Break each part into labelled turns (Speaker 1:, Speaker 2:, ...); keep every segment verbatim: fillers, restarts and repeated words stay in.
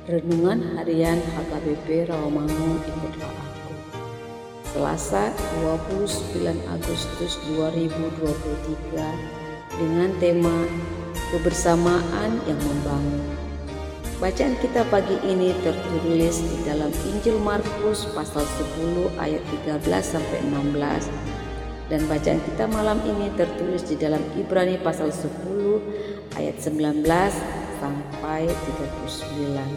Speaker 1: Renungan Harian H K B P Rawamangun, ikutlah aku. Selasa dua puluh sembilan Agustus dua ribu dua puluh tiga dengan tema kebersamaan yang membangun. Bacaan kita pagi ini tertulis di dalam Injil Markus pasal sepuluh ayat tiga belas sampai enam belas, dan bacaan kita malam ini tertulis di dalam Ibrani pasal sepuluh ayat sembilan belas sampai tiga puluh sembilan.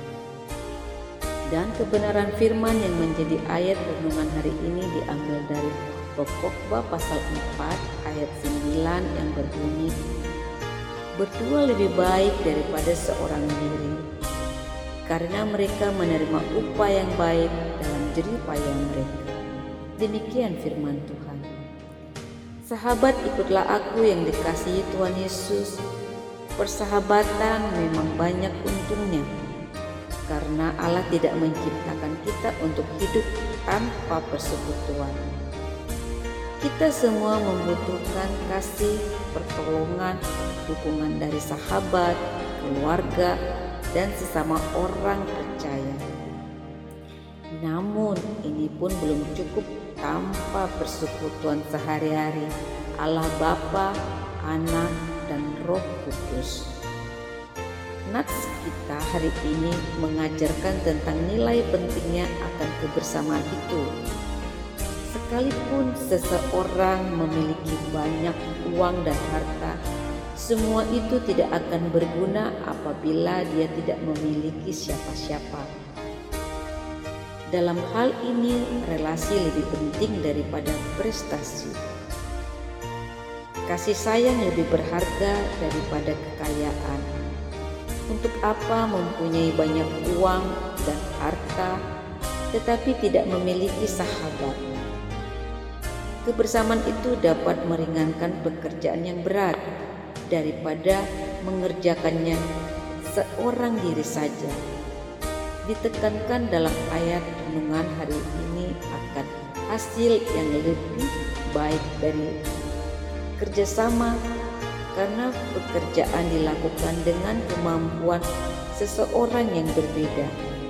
Speaker 1: Dan kebenaran firman yang menjadi ayat renungan hari ini diambil dari Pokokba pasal empat ayat sembilan yang berbunyi, berdua lebih baik daripada seorang diri, karena mereka menerima upah yang baik dalam jerih payah mereka. Demikian firman Tuhan. Sahabat, ikutlah aku yang dikasihi Tuhan Yesus. Persahabatan memang banyak untungnya, karena Allah tidak menciptakan kita untuk hidup tanpa persekutuan. Kita semua membutuhkan kasih, pertolongan, dukungan dari sahabat, keluarga, dan sesama orang percaya. Namun ini pun belum cukup tanpa persekutuan sehari-hari Allah Bapa, Anak, dan Roh Kudus. Nats kita hari ini mengajarkan tentang nilai pentingnya akan kebersamaan itu. Sekalipun seseorang memiliki banyak uang dan harta, semua itu tidak akan berguna apabila dia tidak memiliki siapa-siapa. Dalam hal ini, relasi lebih penting daripada prestasi. Kasih sayang lebih berharga daripada kekayaan. Untuk apa mempunyai banyak uang dan harta tetapi tidak memiliki sahabat? Kebersamaan itu dapat meringankan pekerjaan yang berat daripada mengerjakannya seorang diri saja. Ditekankan dalam ayat renungan hari ini akan hasil yang lebih baik dari kerjasama, karena pekerjaan dilakukan dengan kemampuan seseorang yang berbeda.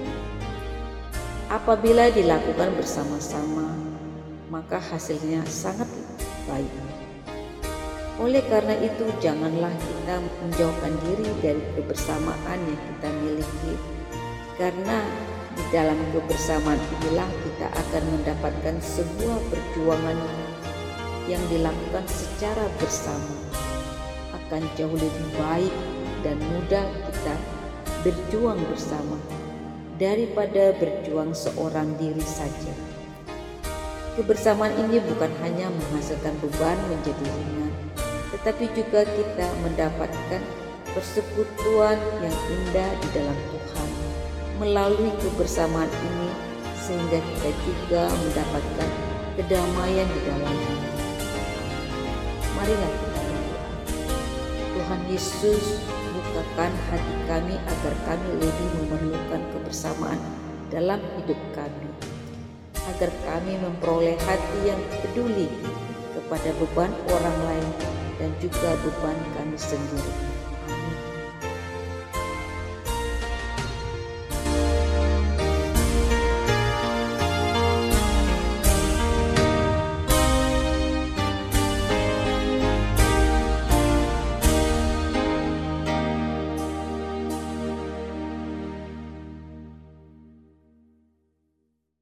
Speaker 1: Apabila dilakukan bersama-sama, maka hasilnya sangat baik. Oleh karena itu, janganlah kita menjauhkan diri dari kebersamaan yang kita miliki, karena di dalam kebersamaan inilah kita akan mendapatkan sebuah perjuangan yang dilakukan secara bersama. Akan jauh lebih baik dan mudah kita berjuang bersama daripada berjuang seorang diri saja. Kebersamaan ini bukan hanya menghasilkan beban menjadi ringan, tetapi juga kita mendapatkan persekutuan yang indah di dalam Tuhan. Melalui kebersamaan ini, sehingga kita juga mendapatkan kedamaian di dalamnya. Marilah kita berdoa. Tuhan Yesus, bukakan hati kami agar kami lebih memerlukan kebersamaan dalam hidup kami, agar kami memperoleh hati yang peduli kepada beban orang lain dan juga beban kami sendiri.